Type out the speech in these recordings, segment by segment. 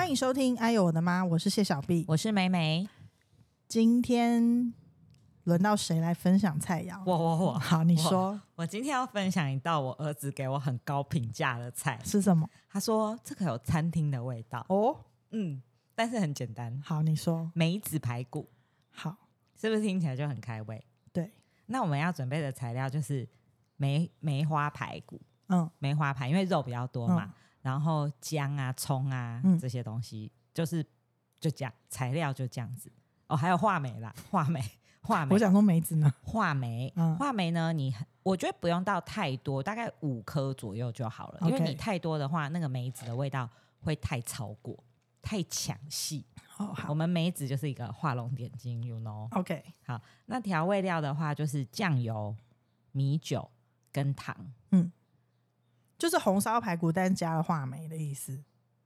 欢迎收听哎呦我的妈，我是谢小碧， 我是美美。 今天轮到谁来分享菜肴？ 我好，你说。 我今天要分享一道我儿子给我很高评价的菜。 是什么？ 他说这个有餐厅的味道哦。 但是很简单。 好，你说。 梅子排骨。 好， 是不是听起来就很开胃？ 对。 那我们要准备的材料就是梅花排骨。梅花排因为肉比较多嘛，然后姜啊葱啊，这些东西就这样，材料就这样子。哦，还有话梅啦，话梅。 我想说梅子呢。 话梅呢，我觉得不用到太多，大概5颗左右就好了。因为你太多的话，那个梅子的味道会太超过，太抢戏。我们梅子就是一个画龙点睛 ，you know。OK， 好，那调味料的话就是酱油、米酒跟糖。 就是红烧排骨但加了话梅的意思。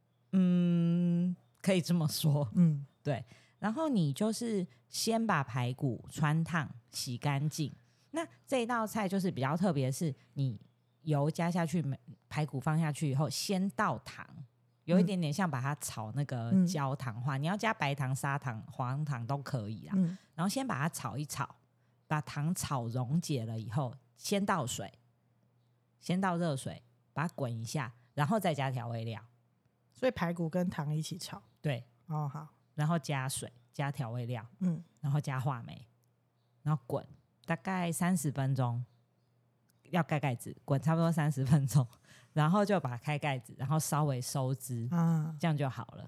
可以这么说。对。然后你就是先把排骨汆烫洗干净。那这一道菜就是比较特别，是你油加下去，排骨放下去以后先倒糖，有一点点像把它炒那个焦糖化。你要加白糖、砂糖、黄糖都可以啦。然后先把它炒一炒，把糖炒溶解了以后，先倒水，先倒热水把它滚一下，然后再加调味料。 所以排骨跟糖一起炒。 对。 好。 然后加水加调味料，然后加话梅，然后滚大概30分钟，要盖盖子，滚差不多30分钟，然后就把它开盖子，然后稍微收汁，这样就好了。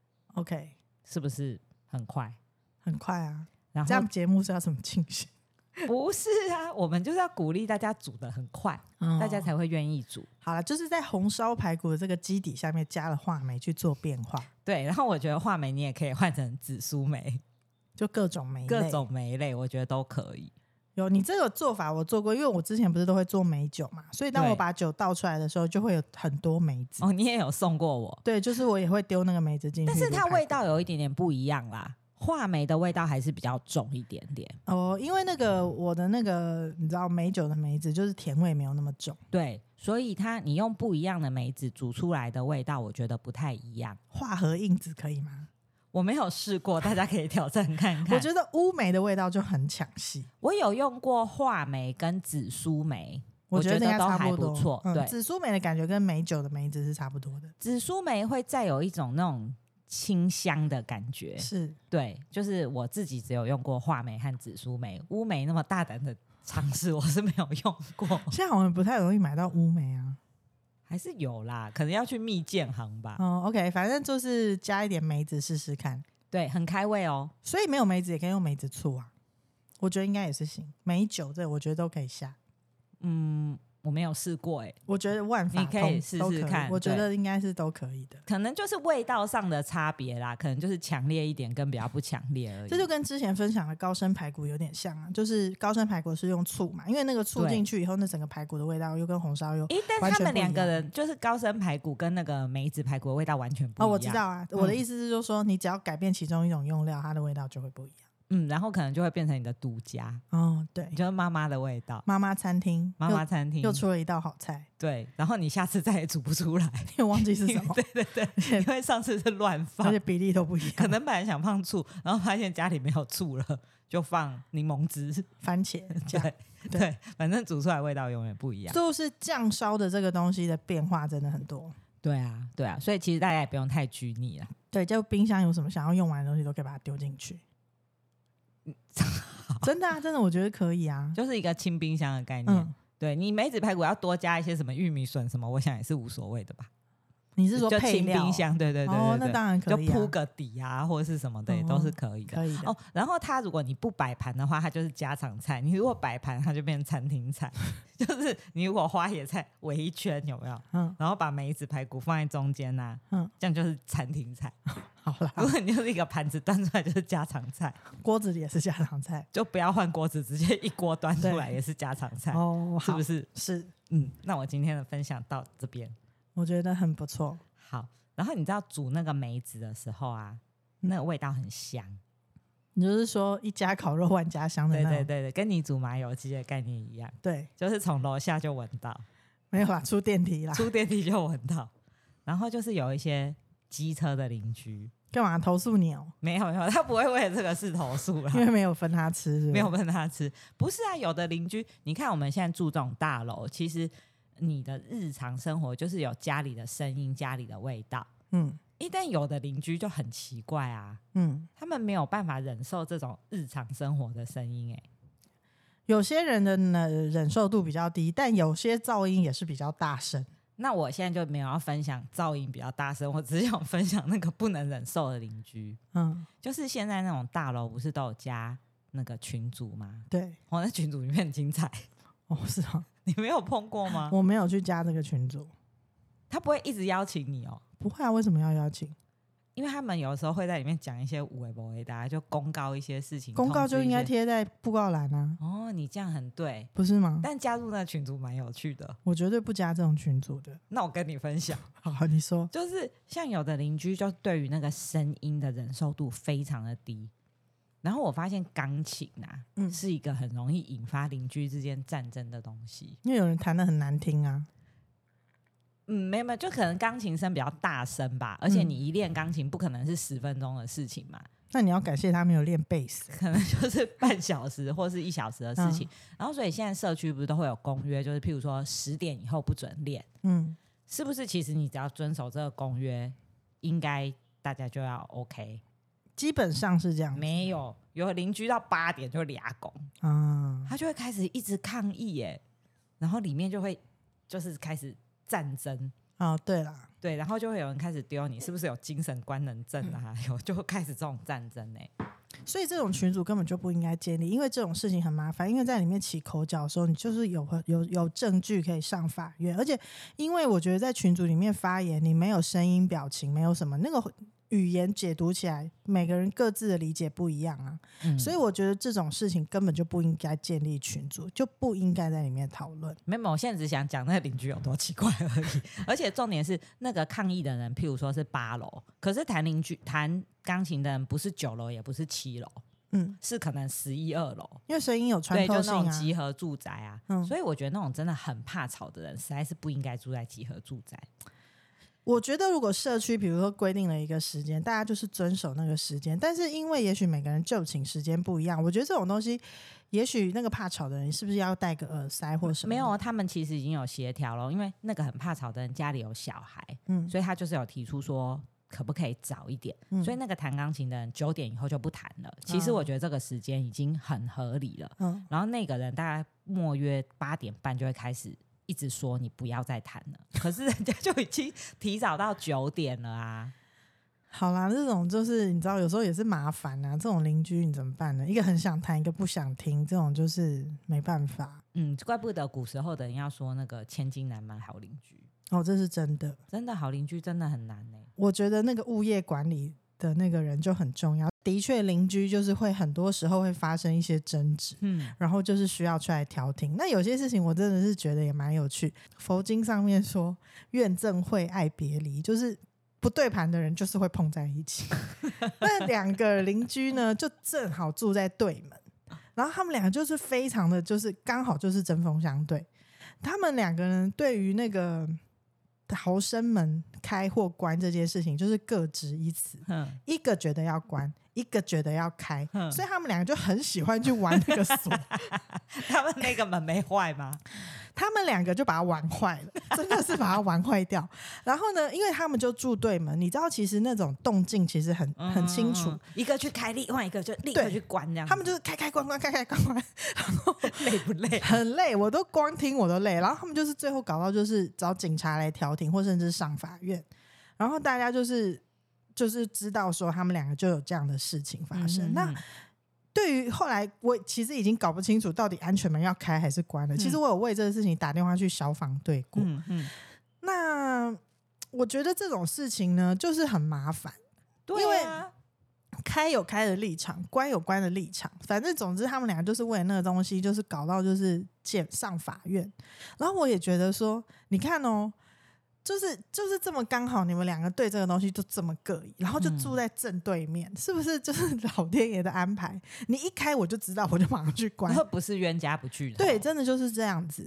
OK， 是不是很快？很快啊！然后这样节目是要怎么进行？ 不是啊，我们就是要鼓励大家煮得很快，大家才会愿意煮。 好了，就是在红烧排骨的这个基底下面加了话梅去做变化。 对，然后我觉得话梅你也可以换成紫苏梅， 就各种梅类，我觉得都可以。 有，你这个做法我做过，因为我之前不是都会做梅酒嘛，所以当我把酒倒出来的时候，就会有很多梅子。 你也有送过我。 对，就是我也会丢那个梅子进去， 但是它味道有一点点不一样啦。话梅的味道还是比较重一点点因为我的那个你知道梅酒的梅子就是甜味没有那么重。 对，所以你用不一样的梅子煮出来的味道我觉得不太一样。 化合印子可以吗？ 我没有试过，大家可以挑战看看。 我觉得乌梅的味道就很抢戏。 我有用过话梅跟紫苏梅， 我觉得都还不错。对， 紫苏梅的感觉跟梅酒的梅子是差不多的。 紫苏梅会再有一种那种清香的感觉。 是。 对，就是我自己只有用过话梅和紫苏梅，乌梅那么大胆的尝试我是没有用过。 现在好像不太容易买到乌梅啊。 还是有啦，可能要去蜜饯行吧。 OK， 反正就是加一点梅子试试看。 对，很开胃哦。 所以没有梅子也可以用梅子醋啊，我觉得应该也是行。梅酒这我觉得都可以下。 我没有试过我觉得万法你可以试试看。 我觉得应该是都可以的。 可能就是味道上的差别啦，可能就是强烈一点跟比较不强烈而已。 这就跟之前分享的高升排骨有点像啊，就是高升排骨是用醋嘛，因为那个醋进去以后，那整个排骨的味道又跟红烧又但他们2个人就是高升排骨跟那个梅子排骨的味道完全不一样。 我知道啊，我的意思是就是说你只要改变其中一种用料，它的味道就会不一样。 然后可能就会变成你的独家。 对， 就是妈妈的味道。 妈妈餐厅又出了一道好菜。 对，然后你下次再也煮不出来， 因为忘记是什么。 对，因为上次是乱放， 而且比例都不一样。 可能本来想放醋，然后发现家里没有醋了，就放柠檬汁、 番茄。 对，反正煮出来味道永远不一样。 就是酱烧的这个东西的变化真的很多。 对啊，所以其实大家也不用太拘泥了。 对，就冰箱有什么想要用完的东西都可以把它丢进去。真的啊，真的我觉得可以啊， 就是一个清冰箱的概念。对，你梅子排骨要多加一些什么玉米笋什么，我想也是无所谓的吧。 你是说配料？ 就清冰箱？对， 那当然可以， 就铺个底啊或者是什么的也都是可以的。 可以的。 然后它如果你不摆盘的话，它就是家常菜；你如果摆盘，它就变成餐厅菜。就是你如果花椰菜围一圈，有没有？然后把梅子排骨放在中间啊，这样就是餐厅菜。 好啦， 如果你就是一个盘子端出来就是家常菜， 锅子也是家常菜， 就不要换锅子，直接一锅端出来也是家常菜。是不是？ 是。 那我今天的分享到这边， 我觉得很不错。 好，然后你知道煮那个梅子的时候啊，那个味道很香。 你就是说一家烤肉万家香的那种。 对，跟你煮麻油鸡的概念一样。 对， 就是从楼下就闻到。 没有啦，出电梯啦， 出电梯就闻到。然后就是有一些机车的邻居。 干嘛投诉你哦？ 没有，他不会为了这个事投诉啦， 因为没有分他吃是不是？ 没有分他吃。不是啊，有的邻居，你看我们现在住这种大楼，其实你的日常生活就是有家里的声音、家里的味道。一旦有的邻居就很奇怪啊，他们没有办法忍受这种日常生活的声音。 有些人的忍受度比较低，但有些噪音也是比较大声。 那我现在就没有要分享噪音比较大声，我只是想分享那个不能忍受的邻居。就是现在那种大楼不是都有加那个群组吗？ 对， 那群组里面很精彩。 是啊， 你没有碰过吗？ 我没有去加这个群组。 他不会一直邀请你哦？ 不会啊，为什么要邀请？ 因为他们有时候会在里面讲一些有的没的，就公告一些事情。 公告就应该贴在布告栏啊。 你这样很对， 不是吗？ 但加入那群组蛮有趣的。 我绝对不加这种群组的。 那我跟你分享。 好，你说。 就是像有的邻居就对于那个声音的忍受度非常的低，然后我发现钢琴是一个很容易引发邻居之间战争的东西， 因为有人弹得很难听啊。 没有，就可能钢琴声比较大声吧，而且你一练钢琴不可能是10分钟的事情嘛。 那你要感谢他没有练贝斯， 可能就是半小时或是1小时的事情。然后所以现在社区不是都会有公约，就是譬如说10点以后不准练。是不是其实你只要遵守这个公约，应该大家就要 OK？ 基本上是这样。 没有邻居到8点就俩拱他就会开始一直抗议然后里面就会就是开始战争。 对啦， 对，然后就会有人开始丢你是不是有精神官能症啊，就会开始这种战争所以这种群组根本就不应该建立，因为这种事情很麻烦，因为在里面起口角的时候，你就是有证据可以上法院，而且因为我觉得在群组里面发言，你没有声音、表情，没有什么那个语言解读起来，每个人各自的理解不一样啊。所以我觉得这种事情根本就不应该建立群组，就不应该在里面讨论。 没有，我现在只想讲那个邻居有多奇怪而已。而且重点是那个抗议的人，譬如说是8楼，可是弹钢琴的人不是9楼，也不是7楼。是可能11、2楼， 因为声音有穿透性对，就那种集合住宅啊。所以我觉得那种真的很怕吵的人，实在是不应该住在集合住宅。 我觉得如果社区比如说规定了一个时间，大家就是遵守那个时间，但是因为也许每个人就寝时间不一样，我觉得这种东西也许那个怕吵的人是不是要戴个耳塞或什么？ 没有，他们其实已经有协调了，因为那个很怕吵的人家里有小孩，所以他就是有提出说可不可以早一点，所以那个弹钢琴的人9点以后就不弹了。其实我觉得这个时间已经很合理了。然后那个人大概莫约8点半就会开始一直说你不要再弹了，可是人家就已经提早到9点了啊。 好啦，这种就是你知道有时候也是麻烦啊，这种邻居你怎么办呢？一个很想弹，一个不想听，这种就是没办法。 怪不得古时候的人要说那个千金难买好邻居。 这是真的， 真的好邻居真的很难我觉得那个物业管理的那个人就很重要。的确邻居就是会很多时候会发生一些争执，然后就是需要出来调停。那有些事情我真的是觉得也蛮有趣，佛经上面说怨憎会爱别离，就是不对盘的人就是会碰在一起。那2个邻居呢就正好住在对门，然后他们2个就是非常的就是刚好就是针锋相对。他们2个人对于那个逃生门开或关这件事情就是各执一词，一个觉得要关，一个觉得要开，所以他们2个就很喜欢去玩那个锁。 他们那个门没坏吗？ 他们2个就把它玩坏了，真的是把它玩坏掉。然后呢，因为他们就住对门，你知道其实那种动静其实很清楚， 一个去开，另外一个就立刻去关，这样。 他们就是开开关关，开开关关，然后累不累？ 很累，我都光听我都累。然后他们就是最后搞到就是找警察来调停，或甚至上法院。然后大家就是知道说他们2个就有这样的事情发生。那对于后来我其实已经搞不清楚到底安全门要开还是关了。其实我有为这个事情打电话去消防队过。那我觉得这种事情呢就是很麻烦。 对啊，因为开有开的立场，关有关的立场，反正总之他们2个就是为了那个东西就是搞到就是上法院。然后我也觉得说你看就是这么刚好你们2个对这个东西就这么各异，然后就住在正对面，是不是就是老天爷的安排？你一开我就知道，我就马上去关， 不是冤家不聚的。 对，真的就是这样子。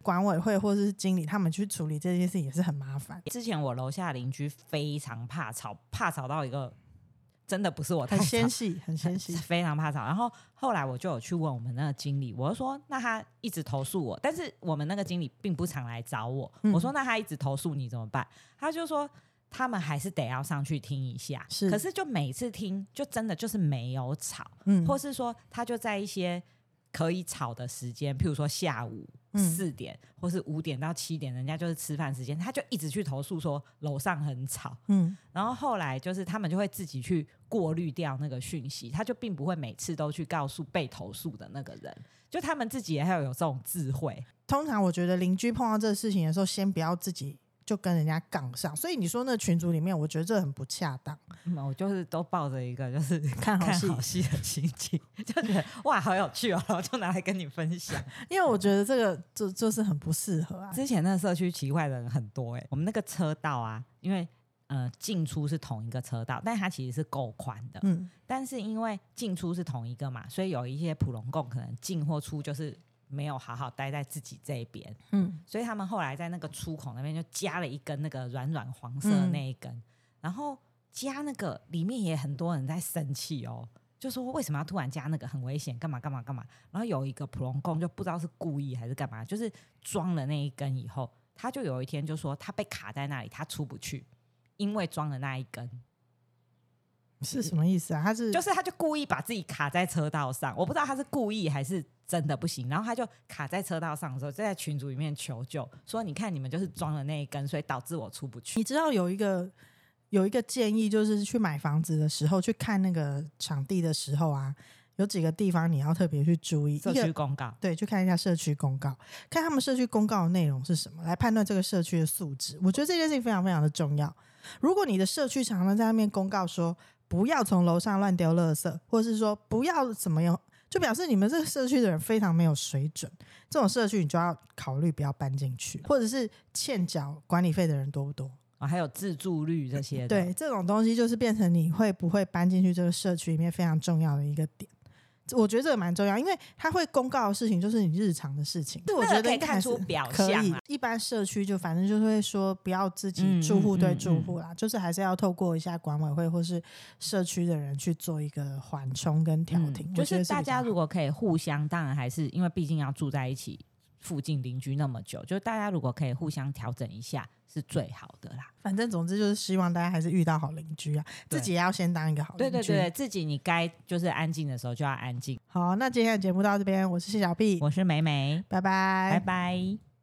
管委会或者是经理他们去处理这件事情也是很麻烦。 之前我楼下邻居非常怕吵，怕吵到一个真的不是我太吵， 很纤细，很纤细， 非常怕吵。然后后来我就有去问我们那个经理，我就说那他一直投诉我，但是我们那个经理并不常来找我，我说那他一直投诉你怎么办？他就说他们还是得要上去听一下，可是就每次听就真的就是没有吵，或是说他就在一些可以吵的时间，譬如说下午4点或是5点到7点，人家就是吃饭时间，他就一直去投诉说楼上很吵。然后后来就是他们就会自己去过滤掉那个讯息，他就并不会每次都去告诉被投诉的那个人，就他们自己也要有这种智慧。 通常我觉得邻居碰到这个事情的时候，先不要自己就跟人家杠上，所以你说那群组里面，我觉得这很不恰当。 我就是都抱着一个就是看好戏的心情，就觉得哇好有趣哦，然后就拿来跟你分享。 因为我觉得这个就是很不适合啊。 之前那个社区奇怪的人很多我们那个车道啊，因为进出是同一个车道，但它其实是够宽的。但是因为进出是同一个嘛，所以有一些普龙共可能进或出就是没有好好待在自己这边，所以他们后来在那个出口那边就加了一根那个软软黄色的那一根，然后加那个里面也很多人在生气哦，就说为什么要突然加那个，很危险，干嘛干嘛干嘛。然后有一个普龙共就不知道是故意还是干嘛，就是装了那一根以后，他就有一天就说他被卡在那里，他出不去，因为装了那一根。 是什么意思啊？他就故意把自己卡在车道上，我不知道他是故意还是真的不行，然后他就卡在车道上的时候，就在群组里面求救，说你看你们就是装了那一根，所以导致我出不去。 你知道有一个建议，就是去买房子的时候，去看那个场地的时候啊，有几个地方你要特别去注意。 社区公告， 对，去看一下社区公告，看他们社区公告的内容是什么，来判断这个社区的素质。我觉得这件事情非常非常的重要。如果你的社区常常在那边公告说不要从楼上乱丢垃圾，或者是说不要怎么样，就表示你们这个社区的人非常没有水准。这种社区你就要考虑不要搬进去，或者是欠缴管理费的人多不多， 还有自住率这些的。 对，这种东西就是变成你会不会搬进去这个社区里面非常重要的一个点。我觉得这个蛮重要，因为他会公告的事情就是你日常的事情，我觉得可以看出表象啊。 一般社区就反正就是会说不要自己住户对住户啦，就是还是要透过一下管委会或是社区的人去做一个缓冲跟调停。 就是大家如果可以互相，当然还是因为毕竟要住在一起，附近邻居那么久，就大家如果可以互相调整一下是最好的啦。 反正总之就是希望大家还是遇到好邻居啊，自己也要先当一个好邻居。 对，自己你该就是安静的时候就要安静。 好，那今天的节目到这边，我是谢小碧， 我是美美， 拜拜， 拜拜。